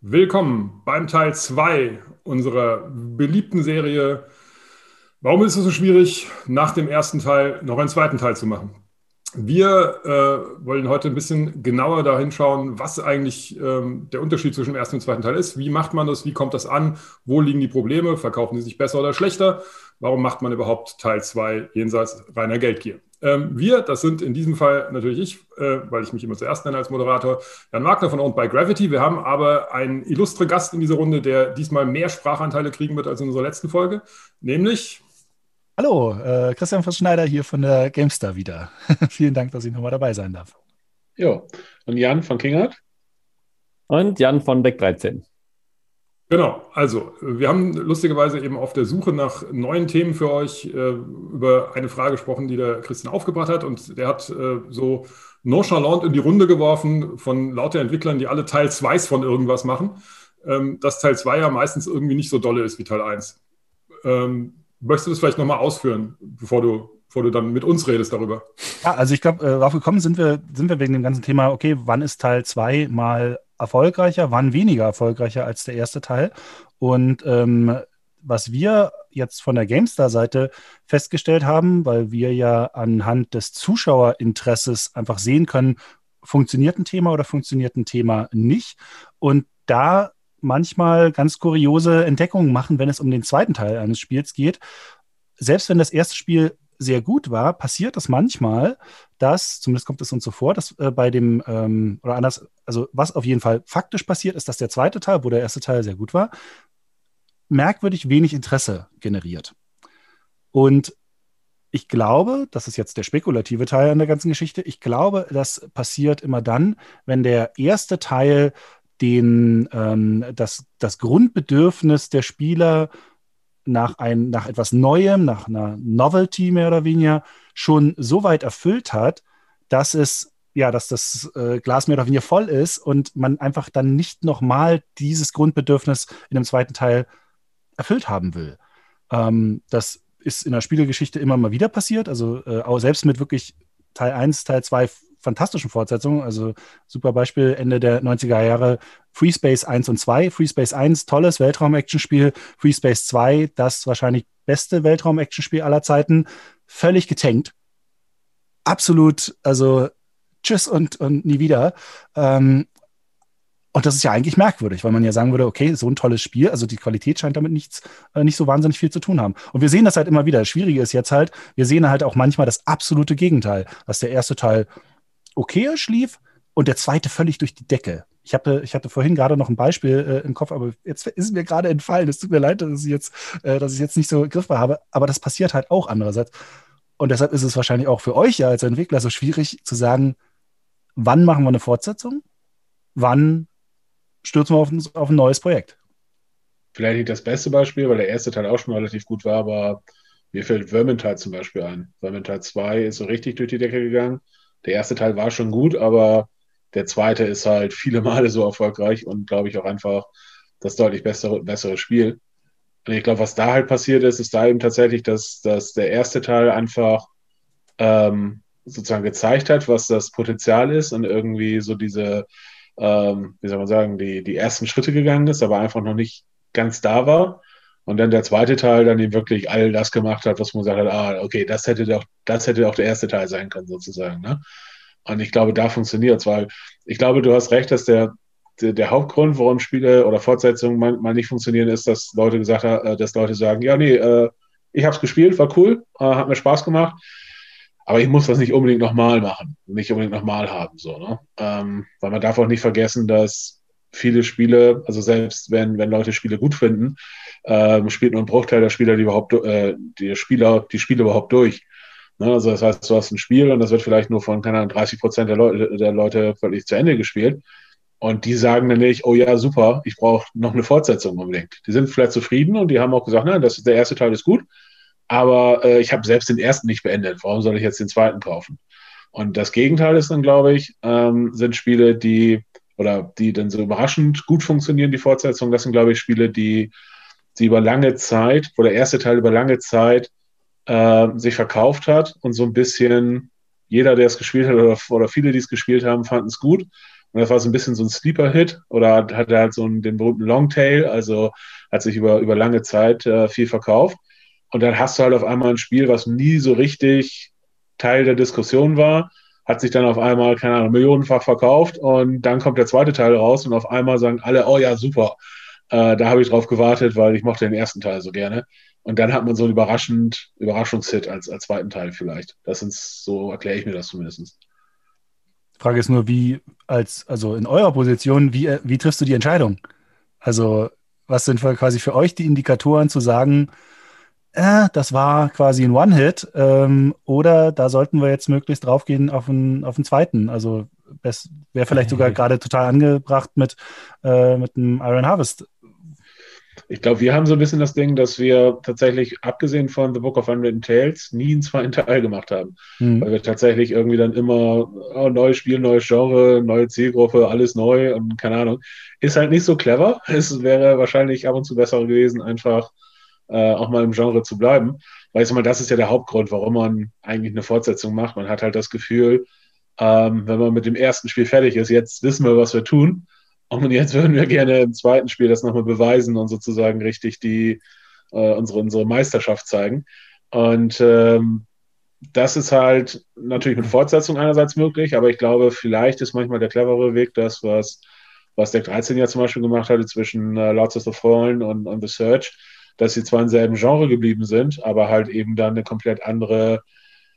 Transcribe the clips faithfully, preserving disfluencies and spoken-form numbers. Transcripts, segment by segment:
Willkommen beim Teil zwei unserer beliebten Serie. Warum ist es so schwierig, nach dem ersten Teil noch einen zweiten Teil zu machen? Wir äh, wollen heute ein bisschen genauer dahin schauen, was eigentlich ähm, der Unterschied zwischen dem ersten und zweiten Teil ist. Wie macht man das? Wie kommt das an? Wo liegen die Probleme? Verkaufen sie sich besser oder schlechter? Warum macht man überhaupt Teil zwei jenseits reiner Geldgier? Ähm, wir, das sind in diesem Fall natürlich ich, äh, weil ich mich immer zuerst nenne als Moderator, Jan Wagner von Owned by Gravity. Wir haben aber einen illustren Gast in dieser Runde, der diesmal mehr Sprachanteile kriegen wird als in unserer letzten Folge, nämlich... Hallo, äh, Christian Voss-Schneider hier von der GameStar wieder. Vielen Dank, dass ich nochmal dabei sein darf. Jo, und Jan von Kingart? Und Jan von Deck dreizehn. Genau, also wir haben lustigerweise eben auf der Suche nach neuen Themen für euch äh, über eine Frage gesprochen, die der Christian aufgebracht hat, und der hat äh, so nonchalant in die Runde geworfen von lauter Entwicklern, die alle Teil zwei von irgendwas machen, ähm, dass Teil zwei ja meistens irgendwie nicht so dolle ist wie Teil eins. Ähm, möchtest du das vielleicht nochmal ausführen, bevor du, bevor du dann mit uns redest darüber? Ja, also ich glaube, äh, darauf gekommen sind wir, sind wir wegen dem ganzen Thema, okay, wann ist Teil zwei mal erfolgreicher, wann weniger erfolgreicher als der erste Teil? Und ähm, was wir jetzt von der GameStar-Seite festgestellt haben, weil wir ja anhand des Zuschauerinteresses einfach sehen können, funktioniert ein Thema oder funktioniert ein Thema nicht. Und da manchmal ganz kuriose Entdeckungen machen, wenn es um den zweiten Teil eines Spiels geht. Selbst wenn das erste Spiel sehr gut war, passiert es manchmal, dass, zumindest kommt es uns so vor, dass äh, bei dem, ähm, oder anders, also was auf jeden Fall faktisch passiert, ist, dass der zweite Teil, wo der erste Teil sehr gut war, merkwürdig wenig Interesse generiert. Und ich glaube, das ist jetzt der spekulative Teil an der ganzen Geschichte, ich glaube, das passiert immer dann, wenn der erste Teil den, ähm, das, das Grundbedürfnis der Spieler nach, ein, nach etwas Neuem, nach einer Novelty mehr oder weniger, schon so weit erfüllt hat, dass es, ja, dass das äh, Glas mehr oder weniger voll ist und man einfach dann nicht nochmal dieses Grundbedürfnis in dem zweiten Teil erfüllt haben will. Ähm, das ist in der Spielegeschichte immer mal wieder passiert, also äh, auch selbst mit wirklich Teil eins, Teil zwei fantastischen Fortsetzungen, also super Beispiel Ende der neunziger Jahre, Free Space eins und zwei. Free Space eins, tolles Weltraum-Action-Spiel. Free Space zwei, das wahrscheinlich beste Weltraum-Action-Spiel aller Zeiten, völlig getankt. Absolut, also tschüss und, und nie wieder. Ähm, und das ist ja eigentlich merkwürdig, weil man ja sagen würde, okay, so ein tolles Spiel, also die Qualität scheint damit nichts, äh, nicht so wahnsinnig viel zu tun haben. Und wir sehen das halt immer wieder. Das Schwierige ist jetzt halt, wir sehen halt auch manchmal das absolute Gegenteil, dass der erste Teil okay schlief und der zweite völlig durch die Decke. Ich hatte, ich hatte vorhin gerade noch ein Beispiel äh, im Kopf, aber jetzt ist es mir gerade entfallen. Es tut mir leid, dass ich jetzt, äh, dass ich jetzt nicht so griffbar habe, aber das passiert halt auch andererseits. Und deshalb ist es wahrscheinlich auch für euch ja als Entwickler so schwierig zu sagen, wann machen wir eine Fortsetzung? Wann stürzen wir auf ein, auf ein neues Projekt? Vielleicht nicht das beste Beispiel, weil der erste Teil auch schon relativ gut war, aber mir fällt Vermintide zum Beispiel ein. Vermintide zwei ist so richtig durch die Decke gegangen. Der erste Teil war schon gut, aber der zweite ist halt viele Male so erfolgreich und glaube ich auch einfach das deutlich bessere, bessere Spiel. Und ich glaube, was da halt passiert ist, ist da eben tatsächlich, dass, dass der erste Teil einfach ähm, sozusagen gezeigt hat, was das Potenzial ist und irgendwie so diese, ähm, wie soll man sagen, die, die ersten Schritte gegangen ist, aber einfach noch nicht ganz da war. Und dann der zweite Teil dann eben wirklich all das gemacht hat, was man gesagt hat, ah, okay, das hätte doch, das hätte auch der erste Teil sein können, sozusagen. Ne? Und ich glaube, da funktioniert es, weil ich glaube, du hast recht, dass der, der, der Hauptgrund, warum Spiele oder Fortsetzungen mal, mal nicht funktionieren, ist, dass Leute gesagt haben, äh, dass Leute sagen, ja, nee, äh, ich habe es gespielt, war cool, äh, hat mir Spaß gemacht, aber ich muss das nicht unbedingt nochmal machen, nicht unbedingt nochmal haben, so, ne? Ähm, weil man darf auch nicht vergessen, dass viele Spiele, also selbst wenn, wenn Leute Spiele gut finden, ähm, spielt nur ein Bruchteil der Spieler, die überhaupt, äh, die Spieler, die Spiele überhaupt durch. Ne? Also das heißt, du hast ein Spiel und das wird vielleicht nur von, keine Ahnung, dreißig Prozent der Leute, der Leute wirklich zu Ende gespielt. Und die sagen dann nicht, oh ja, super, ich brauche noch eine Fortsetzung unbedingt. Die sind vielleicht zufrieden und die haben auch gesagt, nein, das ist, der erste Teil ist gut, aber äh, ich habe selbst den ersten nicht beendet. Warum soll ich jetzt den zweiten kaufen? Und das Gegenteil ist dann, glaube ich, ähm, sind Spiele, die oder die dann so überraschend gut funktionieren, die Fortsetzung. Das sind, glaube ich, Spiele, die, die über lange Zeit, wo der erste Teil über lange Zeit äh, sich verkauft hat und so ein bisschen jeder, der es gespielt hat oder, oder viele, die es gespielt haben, fanden es gut. Und das war so ein bisschen so ein Sleeper-Hit oder hat, hat halt so einen, den berühmten Longtail, also hat sich über, über lange Zeit äh, viel verkauft. Und dann hast du halt auf einmal ein Spiel, was nie so richtig Teil der Diskussion war, hat sich dann auf einmal, keine Ahnung, millionenfach verkauft und dann kommt der zweite Teil raus und auf einmal sagen alle, oh ja, super, äh, da habe ich drauf gewartet, weil ich mochte den ersten Teil so gerne. Und dann hat man so einen überraschend, Überraschungshit als, als zweiten Teil vielleicht. Das sind so, erkläre ich mir das zumindest. Die Frage ist nur, wie als, also in eurer Position, wie, wie triffst du die Entscheidung? Also, was sind für, quasi für euch die Indikatoren zu sagen, äh, das war quasi ein One-Hit, ähm, oder da sollten wir jetzt möglichst draufgehen auf einen, auf einen zweiten? Also, wäre vielleicht sogar gerade total angebracht mit, äh, mit einem Iron Harvest. Ich glaube, wir haben so ein bisschen das Ding, dass wir tatsächlich, abgesehen von The Book of Unwritten Tales, nie einen zweiten Teil gemacht haben. Mhm. Weil wir tatsächlich irgendwie dann immer, oh, neues Spiel, neues Genre, neue Zielgruppe, alles neu und keine Ahnung. Ist halt nicht so clever. Es wäre wahrscheinlich ab und zu besser gewesen, einfach äh, auch mal im Genre zu bleiben. Weil ich sag mal, das ist ja der Hauptgrund, warum man eigentlich eine Fortsetzung macht. Man hat halt das Gefühl, ähm, wenn man mit dem ersten Spiel fertig ist, jetzt wissen wir, was wir tun. Und jetzt würden wir gerne im zweiten Spiel das nochmal beweisen und sozusagen richtig die, äh, unsere, unsere Meisterschaft zeigen. Und ähm, das ist halt natürlich mit Fortsetzung einerseits möglich, aber ich glaube, vielleicht ist manchmal der clevere Weg das, was, was Deck dreizehn ja zum Beispiel gemacht hatte zwischen äh, Lords of the Fallen und, und The Surge, dass sie zwar im selben Genre geblieben sind, aber halt eben dann eine komplett andere,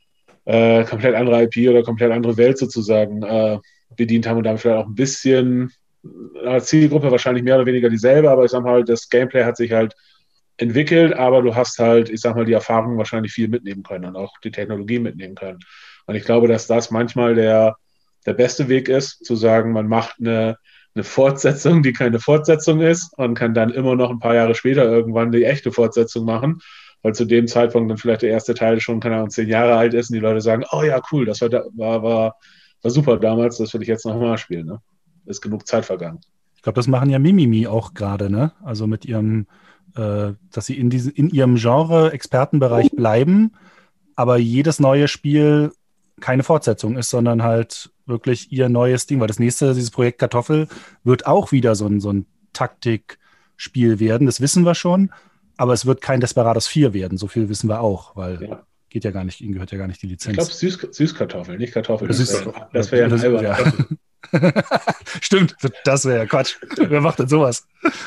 äh, komplett andere I P oder komplett andere Welt sozusagen äh, bedient haben und damit vielleicht auch ein bisschen Zielgruppe wahrscheinlich mehr oder weniger dieselbe, aber ich sag mal, das Gameplay hat sich halt entwickelt, aber du hast halt, ich sag mal, die Erfahrung wahrscheinlich viel mitnehmen können und auch die Technologie mitnehmen können. Und ich glaube, dass das manchmal der, der beste Weg ist, zu sagen, man macht eine, eine Fortsetzung, die keine Fortsetzung ist und kann dann immer noch ein paar Jahre später irgendwann die echte Fortsetzung machen, weil zu dem Zeitpunkt dann vielleicht der erste Teil schon, keine Ahnung, zehn Jahre alt ist und die Leute sagen, oh ja, cool, das war, war, war, war super damals, das will ich jetzt nochmal spielen, ne? Ist genug Zeit vergangen. Ich glaube, das machen ja Mimimi auch gerade, ne? Also mit ihrem, äh, dass sie in, diesen, in ihrem Genre-Expertenbereich bleiben, aber jedes neue Spiel keine Fortsetzung ist, sondern halt wirklich ihr neues Ding, weil das nächste, dieses Projekt Kartoffel, wird auch wieder so ein, so ein Taktikspiel werden, das wissen wir schon, aber es wird kein Desperados vier werden, so viel wissen wir auch, weil ja. geht ja gar nicht, ihnen gehört ja gar nicht die Lizenz. Ich glaube Süß, Süßkartoffel, nicht Kartoffel. Das, das wäre wär ja ein ja. Stimmt, das wäre ja Quatsch. Wer macht denn sowas?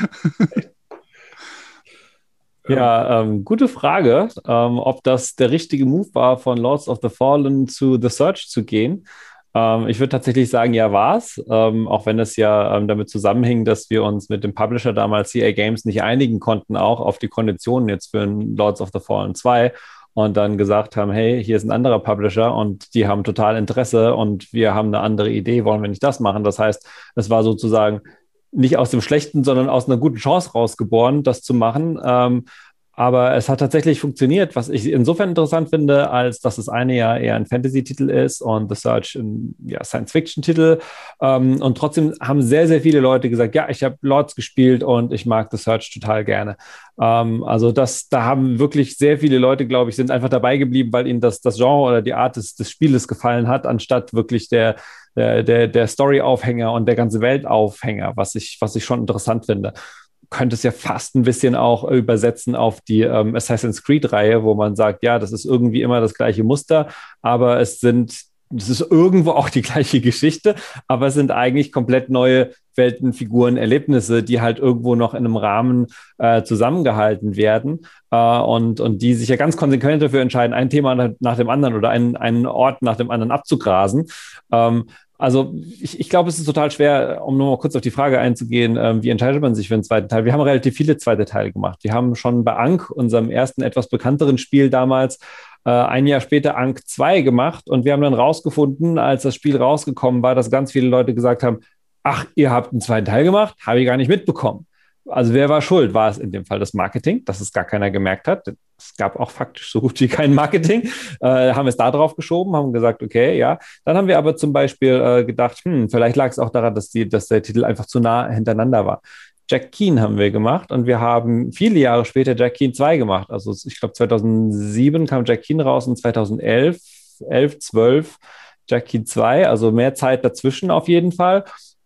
Ja, ähm, gute Frage, ähm, ob das der richtige Move war, von Lords of the Fallen zu The Surge zu gehen. Ähm, ich würde tatsächlich sagen, ja, war es. Ähm, auch wenn es ja ähm, damit zusammenhing, dass wir uns mit dem Publisher damals C A Games nicht einigen konnten, auch auf die Konditionen jetzt für Lords of the Fallen zwei. Und dann gesagt haben, hey, hier ist ein anderer Publisher und die haben total Interesse und wir haben eine andere Idee, wollen wir nicht das machen? Das heißt, es war sozusagen nicht aus dem Schlechten, sondern aus einer guten Chance rausgeboren, das zu machen. Ähm, aber es hat tatsächlich funktioniert, was ich insofern interessant finde, als dass das eine ja eher ein Fantasy-Titel ist und The Surge ein ja, Science-Fiction-Titel. Ähm, und trotzdem haben sehr, sehr viele Leute gesagt, ja, ich habe Lords gespielt und ich mag The Surge total gerne. Ähm, also das, da haben wirklich sehr viele Leute, glaube ich, sind einfach dabei geblieben, weil ihnen das, das Genre oder die Art des, des Spieles gefallen hat, anstatt wirklich der, der, der, der Story-Aufhänger und der ganze Welt-Aufhänger, was ich, was ich schon interessant finde. Könnte es ja fast ein bisschen auch übersetzen auf die ähm, Assassin's Creed-Reihe, wo man sagt, ja, das ist irgendwie immer das gleiche Muster, aber es sind, es ist irgendwo auch die gleiche Geschichte, aber es sind eigentlich komplett neue Welten, Figuren, Erlebnisse, die halt irgendwo noch in einem Rahmen äh, zusammengehalten werden äh, und, und die sich ja ganz konsequent dafür entscheiden, ein Thema nach, nach dem anderen oder einen, einen Ort nach dem anderen abzugrasen. Ähm, Also ich, ich glaube, es ist total schwer, um nur mal kurz auf die Frage einzugehen, ähm, wie entscheidet man sich für einen zweiten Teil? Wir haben relativ viele zweite Teile gemacht. Wir haben schon bei Ankh, unserem ersten etwas bekannteren Spiel damals, äh, ein Jahr später Ankh zwei gemacht und wir haben dann rausgefunden, als das Spiel rausgekommen war, dass ganz viele Leute gesagt haben, ach, ihr habt einen zweiten Teil gemacht? Habe ich gar nicht mitbekommen. Also wer war schuld? War es in dem Fall das Marketing, dass es gar keiner gemerkt hat? Es gab auch faktisch so gut wie kein Marketing. Äh, haben wir es da drauf geschoben, haben gesagt, okay, ja. Dann haben wir aber zum Beispiel äh, gedacht, hm, vielleicht lag es auch daran, dass, die, dass der Titel einfach zu nah hintereinander war. Jack Keen haben wir gemacht und wir haben viele Jahre später Jack Keen zwei gemacht. Also ich glaube zweitausendsieben kam Jack Keen raus und zweitausendelf, elf, zwölf Jack Keen zwei, also mehr Zeit dazwischen auf jeden Fall.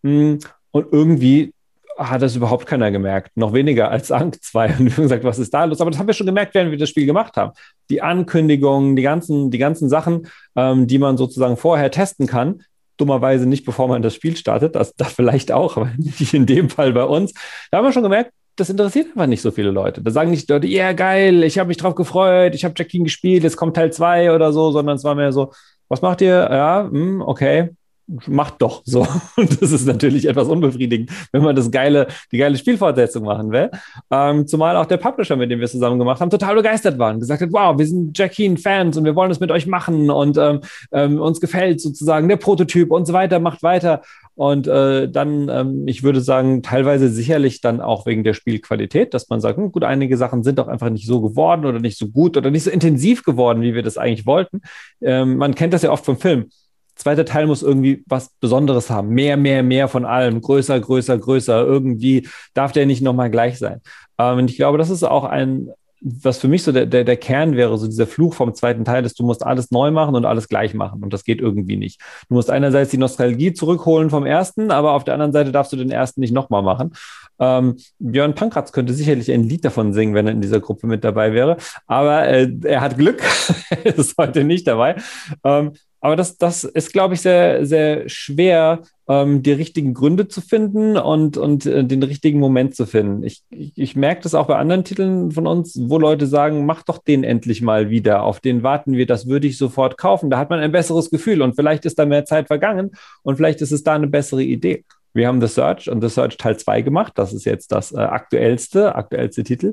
Und irgendwie hat das überhaupt keiner gemerkt. Noch weniger als Ank zwei. Und wir haben gesagt, was ist da los? Aber das haben wir schon gemerkt, während wir das Spiel gemacht haben. Die Ankündigungen, die ganzen, die ganzen Sachen, ähm, die man sozusagen vorher testen kann, dummerweise nicht, bevor man das Spiel startet, das, das vielleicht auch, aber nicht in dem Fall bei uns. Da haben wir schon gemerkt, das interessiert einfach nicht so viele Leute. Da sagen nicht die Leute, ja, yeah, geil, ich habe mich drauf gefreut, ich habe Jackie gespielt, jetzt kommt Teil zwei oder so, sondern es war mehr so, was macht ihr? Ja, mh, okay, macht doch so. Und das ist natürlich etwas unbefriedigend, wenn man das geile, die geile Spielfortsetzung machen will. Ähm, zumal auch der Publisher, mit dem wir es zusammen gemacht haben, total begeistert war und gesagt hat, wow, wir sind Jackie-Fans und wir wollen das mit euch machen und ähm, ähm, uns gefällt sozusagen der Prototyp und so weiter, macht weiter. Und äh, dann, ähm, ich würde sagen, teilweise sicherlich dann auch wegen der Spielqualität, dass man sagt, hm, gut, einige Sachen sind doch einfach nicht so geworden oder nicht so gut oder nicht so intensiv geworden, wie wir das eigentlich wollten. Ähm, man kennt das ja oft vom Film. Zweiter Teil muss irgendwie was Besonderes haben. Mehr, mehr, mehr von allem. Größer, größer, größer. Irgendwie darf der nicht nochmal gleich sein. Ähm, und ich glaube, das ist auch ein, was für mich so der, der, der Kern wäre, so dieser Fluch vom zweiten Teil, dass du musst alles neu machen und alles gleich machen. Und das geht irgendwie nicht. Du musst einerseits die Nostalgie zurückholen vom ersten, aber auf der anderen Seite darfst du den ersten nicht nochmal machen. Ähm, Björn Pankratz könnte sicherlich ein Lied davon singen, wenn er in dieser Gruppe mit dabei wäre. Aber äh, er hat Glück. Er ist heute nicht dabei. Ähm, Aber das, das ist, glaube ich, sehr, sehr schwer, ähm, die richtigen Gründe zu finden und, und äh, den richtigen Moment zu finden. Ich, ich, ich merke das auch bei anderen Titeln von uns, wo Leute sagen, mach doch den endlich mal wieder. Auf den warten wir, das würde ich sofort kaufen. Da hat man ein besseres Gefühl und vielleicht ist da mehr Zeit vergangen und vielleicht ist es da eine bessere Idee. Wir haben The Search und The Search Teil zwei gemacht. Das ist jetzt das äh, aktuellste, aktuellste Titel.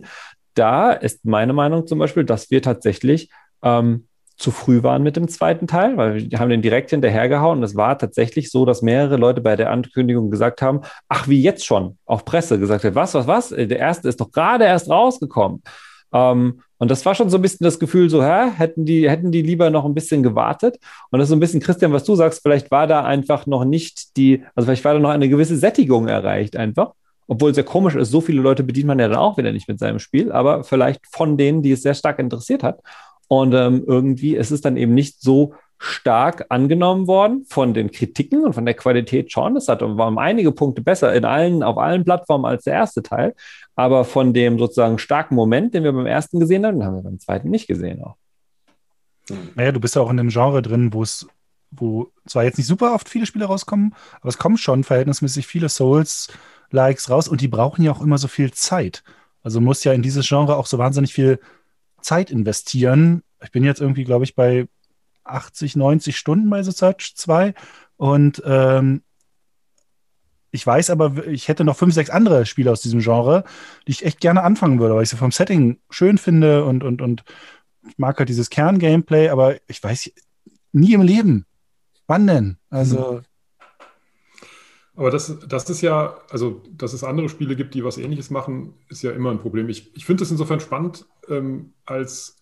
Da ist meine Meinung zum Beispiel, dass wir tatsächlich ähm, zu früh waren mit dem zweiten Teil, weil wir haben den direkt hinterhergehauen und es war tatsächlich so, dass mehrere Leute bei der Ankündigung gesagt haben, ach, wie jetzt schon, auch Presse gesagt hat, was, was, was, der erste ist doch gerade erst rausgekommen. Ähm, und das war schon so ein bisschen das Gefühl so, hä, hätten die, hätten die lieber noch ein bisschen gewartet und das ist so ein bisschen, Christian, was du sagst, vielleicht war da einfach noch nicht die, also vielleicht war da noch eine gewisse Sättigung erreicht einfach. Obwohl es ja komisch ist, so viele Leute bedient man ja dann auch wieder nicht mit seinem Spiel, aber vielleicht von denen, die es sehr stark interessiert hat. Und ähm, irgendwie ist es dann eben nicht so stark angenommen worden von den Kritiken und von der Qualität schon. Es hat war um einige Punkte besser in allen, auf allen Plattformen als der erste Teil. Aber von dem sozusagen starken Moment, den wir beim ersten gesehen haben, den haben wir beim zweiten nicht gesehen auch. Naja, du bist ja auch in dem Genre drin, wo es, wo zwar jetzt nicht super oft viele Spiele rauskommen, aber es kommen schon verhältnismäßig viele Souls-Likes raus und die brauchen ja auch immer so viel Zeit. Also muss ja in dieses Genre auch so wahnsinnig viel Zeit investieren. Ich bin jetzt irgendwie, glaube ich, bei achtzig, neunzig Stunden bei The Search zwei und ähm, ich weiß aber, ich hätte noch fünf, sechs andere Spiele aus diesem Genre, die ich echt gerne anfangen würde, weil ich sie vom Setting schön finde und, und, und ich mag halt dieses Kern-Gameplay, aber ich weiß nie im Leben. Wann denn? Also hm. Aber das, das ist ja, also dass es andere Spiele gibt, die was Ähnliches machen, ist ja immer ein Problem. Ich, ich finde es insofern spannend, ähm, als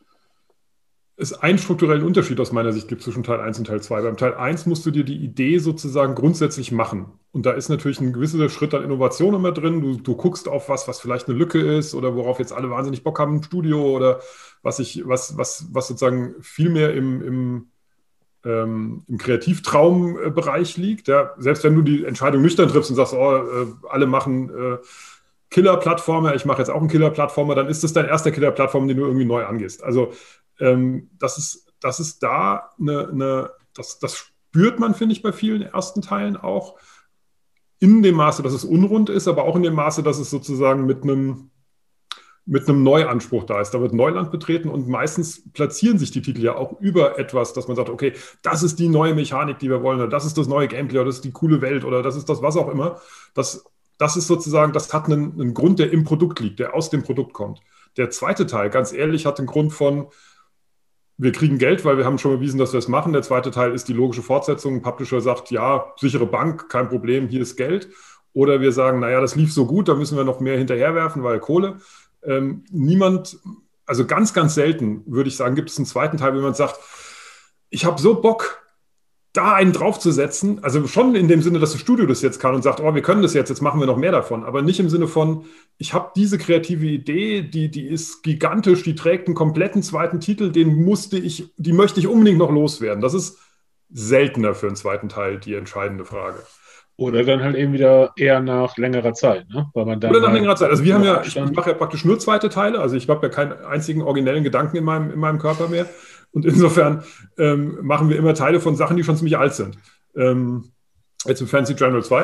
es einen strukturellen Unterschied aus meiner Sicht gibt zwischen Teil eins und Teil zwei. Beim Teil eins musst du dir die Idee sozusagen grundsätzlich machen. Und da ist natürlich ein gewisser Schritt an Innovation immer drin. Du, du guckst auf was, was vielleicht eine Lücke ist oder worauf jetzt alle wahnsinnig Bock haben im Studio oder was ich, was, was, was sozusagen viel mehr im, im Ähm, im Kreativtraumbereich liegt. Ja. Selbst wenn du die Entscheidung nüchtern triffst und sagst, oh, äh, alle machen äh, Killer-Plattformer, ich mache jetzt auch einen Killer-Plattformer, dann ist das dein erster Killer-Plattformer, den du irgendwie neu angehst. Also ähm, das ist, das ist da eine, eine das, das spürt man, finde ich, bei vielen ersten Teilen auch in dem Maße, dass es unrund ist, aber auch in dem Maße, dass es sozusagen mit einem mit einem Neuanspruch da ist. Da wird Neuland betreten und meistens platzieren sich die Titel ja auch über etwas, dass man sagt, okay, das ist die neue Mechanik, die wir wollen, oder das ist das neue Gameplay, oder das ist die coole Welt, oder das ist das was auch immer. Das, das ist sozusagen, das hat einen, einen Grund, der im Produkt liegt, der aus dem Produkt kommt. Der zweite Teil, ganz ehrlich, hat den Grund von, wir kriegen Geld, weil wir haben schon bewiesen, dass wir es machen. Der zweite Teil ist die logische Fortsetzung. Ein Publisher sagt, ja, sichere Bank, kein Problem, hier ist Geld. Oder wir sagen, naja, das lief so gut, da müssen wir noch mehr hinterherwerfen, weil Kohle. Ähm, niemand, also ganz, ganz selten, würde ich sagen, gibt es einen zweiten Teil, wo jemand sagt, ich habe so Bock, da einen draufzusetzen, also schon in dem Sinne, dass das Studio das jetzt kann und sagt, oh, wir können das jetzt, jetzt machen wir noch mehr davon, aber nicht im Sinne von, ich habe diese kreative Idee, die, die ist gigantisch, die trägt einen kompletten zweiten Titel, den musste ich, die möchte ich unbedingt noch loswerden. Das ist seltener für einen zweiten Teil die entscheidende Frage. Oder dann halt eben wieder eher nach längerer Zeit, ne? Weil man dann Oder nach halt längerer Zeit. Also wir haben ja, ich, Abstand- ich mache ja praktisch nur zweite Teile, also ich habe ja keinen einzigen originellen Gedanken in meinem, in meinem Körper mehr. Und insofern ähm, machen wir immer Teile von Sachen, die schon ziemlich alt sind. Ähm, jetzt im Fantasy General zwei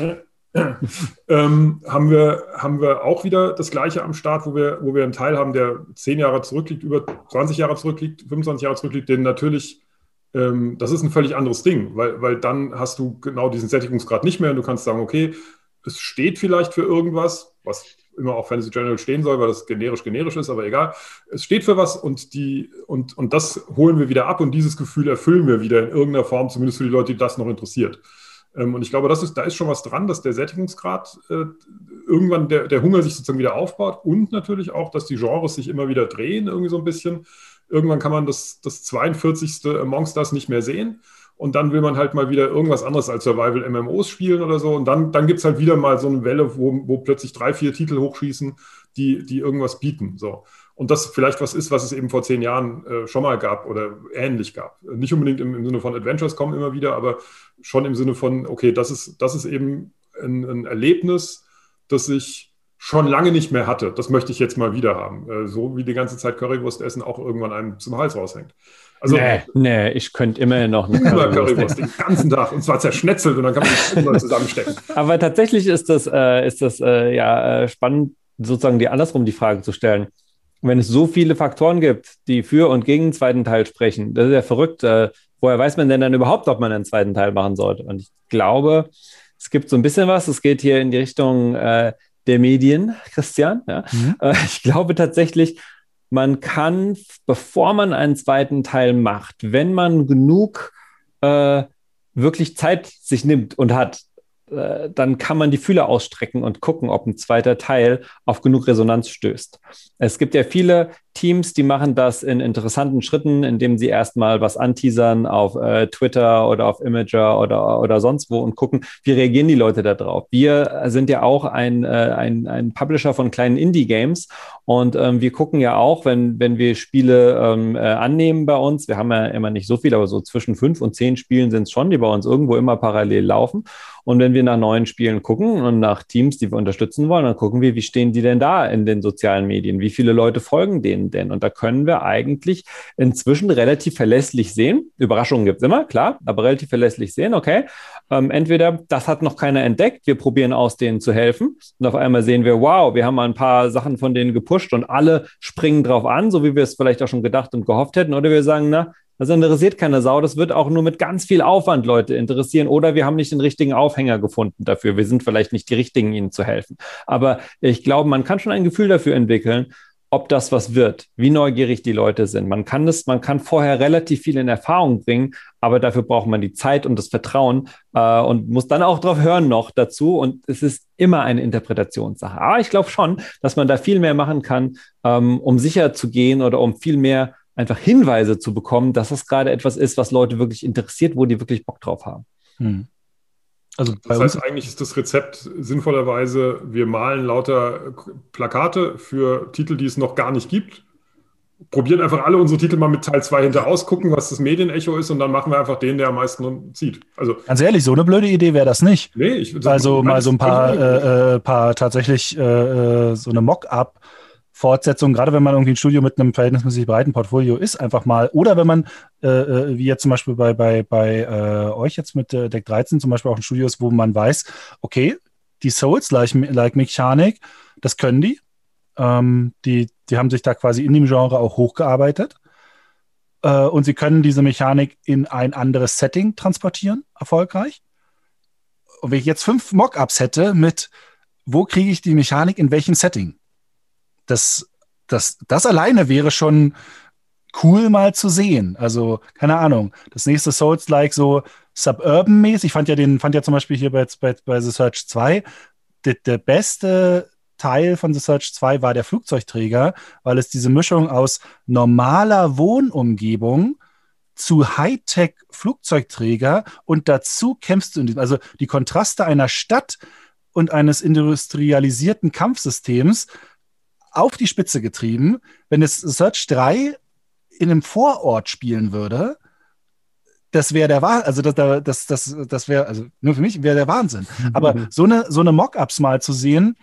ähm, haben, wir, haben wir auch wieder das Gleiche am Start, wo wir, wo wir einen Teil haben, der zehn Jahre zurückliegt, über zwanzig Jahre zurückliegt, fünfundzwanzig Jahre zurückliegt, den natürlich, ähm, das ist ein völlig anderes Ding, weil, weil dann hast du genau diesen Sättigungsgrad nicht mehr und du kannst sagen, okay, es steht vielleicht für irgendwas, was immer auch Fantasy General stehen soll, weil das generisch generisch ist, aber egal. Es steht für was und, die, und, und das holen wir wieder ab und dieses Gefühl erfüllen wir wieder in irgendeiner Form, zumindest für die Leute, die das noch interessiert. Ähm, und ich glaube, das ist, da ist schon was dran, dass der Sättigungsgrad äh, irgendwann der, der Hunger sich sozusagen wieder aufbaut und natürlich auch, dass die Genres sich immer wieder drehen, irgendwie so ein bisschen. Irgendwann kann man das, das zweiundvierzigste Amongst Us nicht mehr sehen. Und dann will man halt mal wieder irgendwas anderes als Survival-M M Os spielen oder so. Und dann, dann gibt es halt wieder mal so eine Welle, wo, wo plötzlich drei, vier Titel hochschießen, die, die irgendwas bieten. So. Und das vielleicht was ist, was es eben vor zehn Jahren äh, schon mal gab oder ähnlich gab. Nicht unbedingt im, im Sinne von Adventures kommen immer wieder, aber schon im Sinne von, okay, das ist, das ist eben ein, ein Erlebnis, das ich schon lange nicht mehr hatte. Das möchte ich jetzt mal wieder haben. Äh, so wie die ganze Zeit Currywurst essen auch irgendwann einem zum Hals raushängt. Also, nee, nee, ich könnte immerhin noch eine Currywurst, Currywurst den ganzen Tag und zwar zerschnetzelt und dann kann man das immer zusammenstecken. Aber tatsächlich ist das, äh, ist das äh, ja äh, spannend, sozusagen dir andersrum die Frage zu stellen. Wenn es so viele Faktoren gibt, die für und gegen den zweiten Teil sprechen, das ist ja verrückt. Äh, woher weiß man denn dann überhaupt, ob man einen zweiten Teil machen sollte? Und ich glaube, es gibt so ein bisschen was. Es geht hier in die Richtung äh, der Medien, Christian. Ja? Mhm. Äh, ich glaube tatsächlich, man kann, bevor man einen zweiten Teil macht, wenn man genug äh, wirklich Zeit sich nimmt und hat, äh, dann kann man die Fühler ausstrecken und gucken, ob ein zweiter Teil auf genug Resonanz stößt. Es gibt ja viele Teams, die machen das in interessanten Schritten, indem sie erstmal was anteasern auf äh, Twitter oder auf Imager oder, oder sonst wo und gucken, wie reagieren die Leute da drauf. Wir sind ja auch ein, äh, ein, ein Publisher von kleinen Indie-Games und ähm, wir gucken ja auch, wenn, wenn wir Spiele ähm, äh, annehmen bei uns, wir haben ja immer nicht so viel, aber so zwischen fünf und zehn Spielen sind es schon, die bei uns irgendwo immer parallel laufen. Und wenn wir nach neuen Spielen gucken und nach Teams, die wir unterstützen wollen, dann gucken wir, wie stehen die denn da in den sozialen Medien? Wie viele Leute folgen denen denn? Und da können wir eigentlich inzwischen relativ verlässlich sehen. Überraschungen gibt es immer, klar, aber relativ verlässlich sehen, okay, ähm, entweder das hat noch keiner entdeckt, wir probieren aus, denen zu helfen. Und auf einmal sehen wir, wow, wir haben mal ein paar Sachen von denen gepusht und alle springen drauf an, so wie wir es vielleicht auch schon gedacht und gehofft hätten. Oder wir sagen, na, das interessiert keine Sau. Das wird auch nur mit ganz viel Aufwand Leute interessieren. Oder wir haben nicht den richtigen Aufhänger gefunden dafür. Wir sind vielleicht nicht die Richtigen, ihnen zu helfen. Aber ich glaube, man kann schon ein Gefühl dafür entwickeln, ob das was wird, wie neugierig die Leute sind. Man kann das, man kann vorher relativ viel in Erfahrung bringen, aber dafür braucht man die Zeit und das Vertrauen äh, und muss dann auch drauf hören noch dazu. Und es ist immer eine Interpretationssache. Aber ich glaube schon, dass man da viel mehr machen kann, ähm, um sicher zu gehen oder um viel mehr einfach Hinweise zu bekommen, dass das gerade etwas ist, was Leute wirklich interessiert, wo die wirklich Bock drauf haben. Hm. Also das heißt, eigentlich ist das Rezept sinnvollerweise, wir malen lauter Plakate für Titel, die es noch gar nicht gibt, probieren einfach alle unsere Titel mal mit Teil zwei hinter aus, gucken, was das Medienecho ist und dann machen wir einfach den, der am meisten zieht. Also, ganz ehrlich, so eine blöde Idee wäre das nicht. Nee, ich, das also mal so ein paar, äh, paar tatsächlich äh, so eine Mock-up Fortsetzung, gerade wenn man irgendwie ein Studio mit einem verhältnismäßig breiten Portfolio ist, einfach mal, oder wenn man, äh, wie jetzt zum Beispiel bei, bei, bei äh, euch jetzt mit äh, Deck dreizehn zum Beispiel auch ein Studio ist, wo man weiß, okay, die Souls-like-Mechanik, das können die. Ähm, die, die haben sich da quasi in dem Genre auch hochgearbeitet. Äh, und sie können diese Mechanik in ein anderes Setting transportieren, erfolgreich. Und wenn ich jetzt fünf Mockups hätte mit, wo kriege ich die Mechanik in welchem Setting? Das, das, das alleine wäre schon cool mal zu sehen. Also, keine Ahnung, das nächste Souls-like so Suburban-mäßig. Ich fand ja den, fand ja zum Beispiel hier bei, bei, bei The Surge zwei, der, der beste Teil von The Surge zwei war der Flugzeugträger, weil es diese Mischung aus normaler Wohnumgebung zu Hightech-Flugzeugträger und dazu kämpfst du in diesem, also die Kontraste einer Stadt und eines industrialisierten Kampfsystems auf die Spitze getrieben. Wenn es Surge drei in einem Vorort spielen würde, das wäre der Wahnsinn, also das, das, das, das wäre, also nur für mich wäre der Wahnsinn. Aber so eine, so eine Mock-ups mal zu sehen,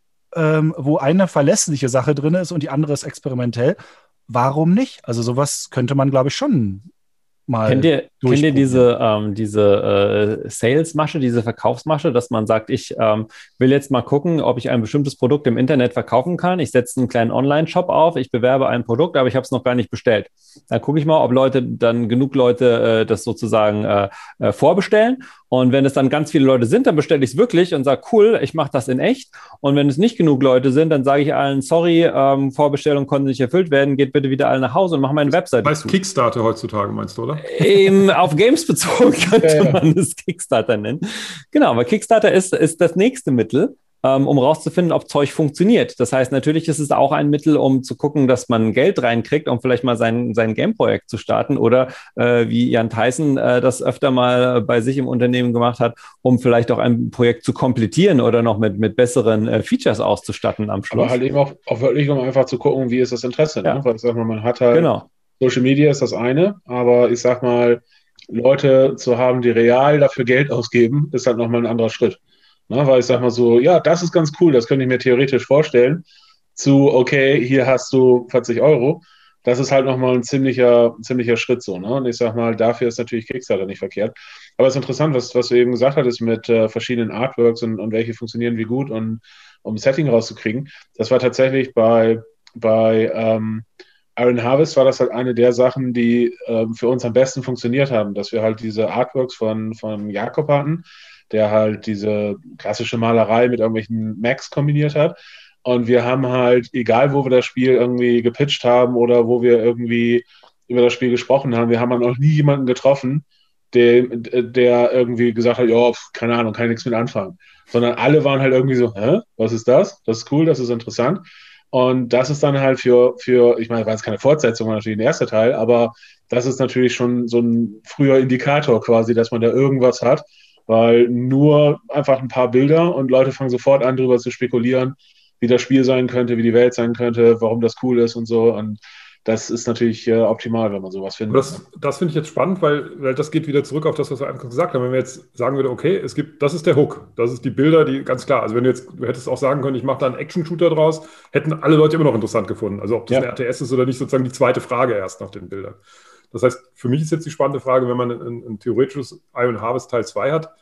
ähm, wo eine verlässliche Sache drin ist und die andere ist experimentell, warum nicht? Also sowas könnte man, glaube ich, schon mal Kennt ihr, kennt ihr diese, ähm, diese äh, Sales-Masche, diese Verkaufsmasche, dass man sagt, ich ähm, will jetzt mal gucken, ob ich ein bestimmtes Produkt im Internet verkaufen kann. Ich setze einen kleinen Online-Shop auf, ich bewerbe ein Produkt, aber ich habe es noch gar nicht bestellt. Dann gucke ich mal, ob Leute, dann genug Leute äh, das sozusagen äh, äh, vorbestellen. Und wenn es dann ganz viele Leute sind, dann bestelle ich es wirklich und sage, cool, ich mache das in echt. Und wenn es nicht genug Leute sind, dann sage ich allen, sorry, ähm, Vorbestellungen konnten nicht erfüllt werden, geht bitte wieder alle nach Hause und mache meine Webseite. Das heißt Kickstarter heutzutage, meinst du, oder? Eben auf Games bezogen könnte man das Kickstarter nennen. Genau, aber Kickstarter ist, ist das nächste Mittel, ähm, um rauszufinden, ob Zeug funktioniert. Das heißt, natürlich ist es auch ein Mittel, um zu gucken, dass man Geld reinkriegt, um vielleicht mal sein, sein Game-Projekt zu starten oder äh, wie Jan Tyson äh, das öfter mal bei sich im Unternehmen gemacht hat, um vielleicht auch ein Projekt zu komplettieren oder noch mit, mit besseren äh, Features auszustatten am Schluss. Aber halt eben auch, auch wirklich, um einfach zu gucken, wie ist das Interesse. Ja. Ne? Weil ich sag mal, man hat halt, genau. Social Media ist das eine, aber ich sag mal, Leute zu haben, die real dafür Geld ausgeben, ist halt nochmal ein anderer Schritt. Ne? Weil ich sag mal so, ja, das ist ganz cool, das könnte ich mir theoretisch vorstellen, zu, okay, hier hast du vierzig Euro. Das ist halt nochmal ein ziemlicher, ziemlicher Schritt so. Ne? Und ich sag mal, dafür ist natürlich Kickstarter nicht verkehrt. Aber es ist interessant, was, was du eben gesagt hattest mit äh, verschiedenen Artworks und, und welche funktionieren wie gut und um ein Setting rauszukriegen. Das war tatsächlich bei, bei ähm, Iron Harvest war das halt eine der Sachen, die ähm, für uns am besten funktioniert haben, dass wir halt diese Artworks von, von Jakob hatten, der halt diese klassische Malerei mit irgendwelchen Macs kombiniert hat. Und wir haben halt, egal wo wir das Spiel irgendwie gepitcht haben oder wo wir irgendwie über das Spiel gesprochen haben, wir haben noch nie jemanden getroffen, der, der irgendwie gesagt hat, ja, keine Ahnung, kann ich nichts mit anfangen. Sondern alle waren halt irgendwie so, hä, was ist das? Das ist cool, das ist interessant. Und das ist dann halt für, für ich meine, war jetzt keine Fortsetzung, war natürlich ein erster Teil, aber das ist natürlich schon so ein früher Indikator quasi, dass man da irgendwas hat, weil nur einfach ein paar Bilder und Leute fangen sofort an, darüber zu spekulieren, wie das Spiel sein könnte, wie die Welt sein könnte, warum das cool ist und so. Und das ist natürlich äh, optimal, wenn man sowas findet. Das, das finde ich jetzt spannend, weil, weil das geht wieder zurück auf das, was wir einfach gesagt haben. Wenn wir jetzt sagen würden, okay, es gibt, das ist der Hook, das ist die Bilder, die ganz klar, also wenn du jetzt, du hättest auch sagen können, ich mache da einen Action-Shooter draus, hätten alle Leute immer noch interessant gefunden. Also ob das ja. eine R T S ist oder nicht, sozusagen die zweite Frage erst nach den Bildern. Das heißt, für mich ist jetzt die spannende Frage, wenn man ein, ein theoretisches Iron Harvest Teil zwei hat,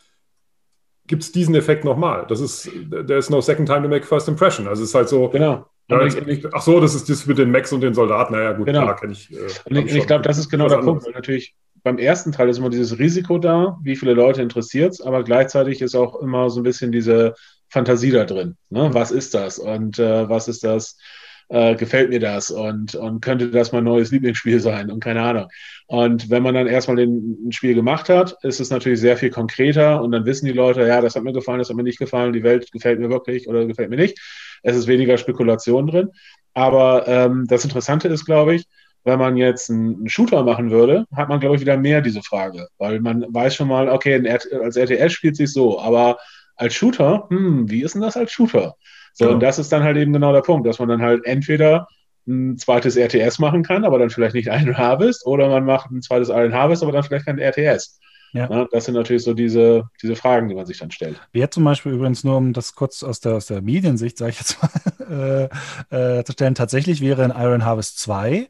gibt es diesen Effekt nochmal? Das ist, there is no second time to make first impression. Also es ist halt so, genau. Ja, ich, ich, ach so, das ist das mit den Macs und den Soldaten. Naja, gut, genau. klar, kenne ich. Äh, und ich, ich glaube, das ist genau der Punkt. Weil natürlich beim ersten Teil ist immer dieses Risiko da, wie viele Leute interessiert es, aber gleichzeitig ist auch immer so ein bisschen diese Fantasie da drin. Ne? Was ist das? Und äh, was ist das? Äh, gefällt mir das? Und, und könnte das mein neues Lieblingsspiel sein? Und keine Ahnung. Und wenn man dann erstmal den, ein Spiel gemacht hat, ist es natürlich sehr viel konkreter und dann wissen die Leute, ja, das hat mir gefallen, das hat mir nicht gefallen, die Welt gefällt mir wirklich oder gefällt mir nicht. Es ist weniger Spekulation drin. Aber ähm, das Interessante ist, glaube ich, wenn man jetzt einen Shooter machen würde, hat man, glaube ich, wieder mehr diese Frage. Weil man weiß schon mal, okay, als R T S spielt es sich so, aber als Shooter, hm, wie ist denn das als Shooter? So, ja. Und das ist dann halt eben genau der Punkt, dass man dann halt entweder ein zweites R T S machen kann, aber dann vielleicht nicht Iron Harvest, oder man macht ein zweites Iron Harvest, aber dann vielleicht kein R T S. Ja. Na, das sind natürlich so diese, diese Fragen, die man sich dann stellt. Wer zum Beispiel übrigens nur, um das kurz aus der, aus der Mediensicht, sage ich jetzt mal, äh, äh, zu stellen, tatsächlich wäre ein Iron Harvest zwei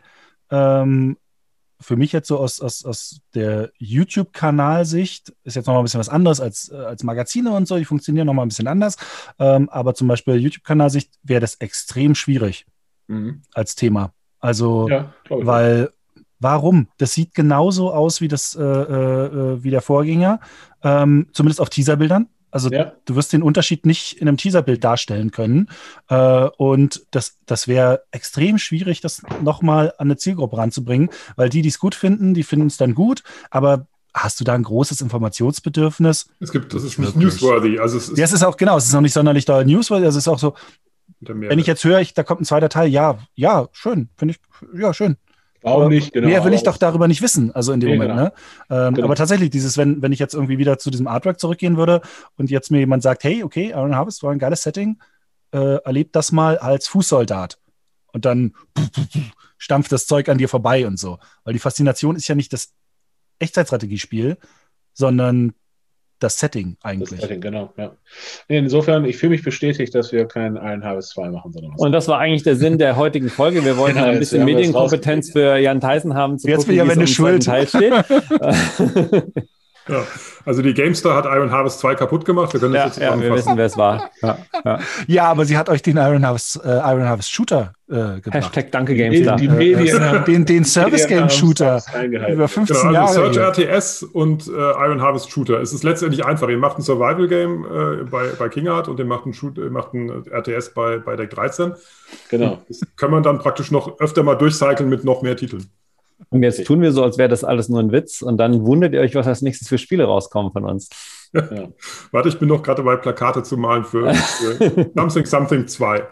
ähm, für mich jetzt so aus, aus, aus der YouTube-Kanalsicht ist jetzt nochmal ein bisschen was anderes als, als Magazine und so, die funktionieren nochmal ein bisschen anders, ähm, aber zum Beispiel YouTube-Kanalsicht wäre das extrem schwierig mhm. als Thema. Also, ja, weil warum? Das sieht genauso aus wie, das, äh, äh, wie der Vorgänger, ähm, zumindest auf Teaserbildern. Also ja. du wirst den Unterschied nicht in einem Teaserbild darstellen können. Äh, und das, das wäre extrem schwierig, das nochmal an eine Zielgruppe ranzubringen, weil die, die es gut finden, die finden es dann gut, aber hast du da ein großes Informationsbedürfnis? Es gibt, das ist nicht newsworthy. Also es ist, ja, es ist auch, genau, es ist auch nicht sonderlich doll newsworthy, also es ist auch so, wenn ich jetzt höre, ich, da kommt ein zweiter Teil, ja, ja, schön, finde ich, ja, schön. Warum nicht? Genau. Mehr will ich doch darüber nicht wissen, also in dem nee, Moment. Genau. Ne? Ähm, genau. Aber tatsächlich, dieses, wenn, wenn ich jetzt irgendwie wieder zu diesem Artwork zurückgehen würde und jetzt mir jemand sagt, hey, okay, Iron Harvest war ein geiles Setting, äh, erlebt das mal als Fußsoldat. Und dann stampft das Zeug an dir vorbei und so. Weil die Faszination ist ja nicht das Echtzeitstrategiespiel, sondern das Setting eigentlich. Das Setting, genau, ja. Nee, insofern, ich fühle mich bestätigt, dass wir kein Iron Harvest zwei machen, sondern was. Und das war eigentlich der Sinn der heutigen Folge. Wir wollten Genau, ein jetzt, bisschen wir haben das Medienkompetenz für Jan Theissen haben, zu Jetzt gucken, bin ich wie aber es eine um den zweiten Schuld. Teil steht. Ja, also die GameStar hat Iron Harvest zwei kaputt gemacht. Wir können das Ja, jetzt ja, wir wissen, zusammenfassen. wer es war. Ja, ja. Ja, aber sie hat euch den Iron Harvest, äh, Iron Harvest Shooter äh, gebracht. Hashtag Danke GameStar. Die Medien haben- den den Service Game haben Shooter es eingehalten. über fünfzehn Genau, also Jahre. Search hier. R T S und äh, Iron Harvest Shooter. Es ist letztendlich einfach. Ihr macht ein Survival-Game äh, bei, bei Kingart und ihr macht ein, Shoot, ihr macht ein R T S bei, bei Deck dreizehn. Genau. Das kann man dann praktisch noch öfter mal durchcyclen mit noch mehr Titeln. Und jetzt tun wir so, als wäre das alles nur ein Witz und dann wundert ihr euch, was als nächstes für Spiele rauskommen von uns. Ja. Warte, ich bin noch gerade dabei, Plakate zu malen für, für Something Something zwei.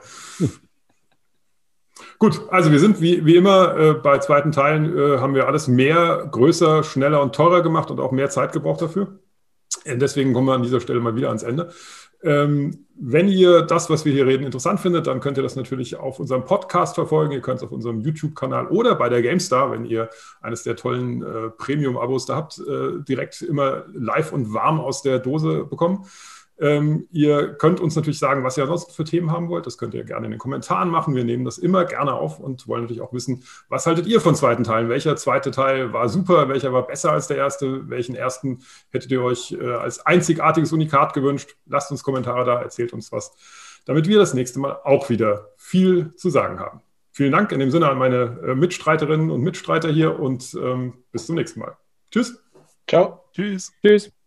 Gut, also wir sind wie, wie immer äh, bei zweiten Teilen äh, haben wir alles mehr, größer, schneller und teurer gemacht und auch mehr Zeit gebraucht dafür. Äh, deswegen kommen wir an dieser Stelle mal wieder ans Ende. Ähm, wenn ihr das, was wir hier reden, interessant findet, dann könnt ihr das natürlich auf unserem Podcast verfolgen. Ihr könnt es auf unserem YouTube-Kanal oder bei der GameStar, wenn ihr eines der tollen äh, Premium-Abos da habt, äh, direkt immer live und warm aus der Dose bekommen. Ähm, ihr könnt uns natürlich sagen, was ihr ansonsten für Themen haben wollt. Das könnt ihr gerne in den Kommentaren machen. Wir nehmen das immer gerne auf und wollen natürlich auch wissen, was haltet ihr von zweiten Teilen? Welcher zweite Teil war super? Welcher war besser als der erste? Welchen ersten hättet ihr euch äh, als einzigartiges Unikat gewünscht? Lasst uns Kommentare da, erzählt uns was, damit wir das nächste Mal auch wieder viel zu sagen haben. Vielen Dank in dem Sinne an meine äh, Mitstreiterinnen und Mitstreiter hier und ähm, bis zum nächsten Mal. Tschüss. Ciao. Tschüss. Tschüss.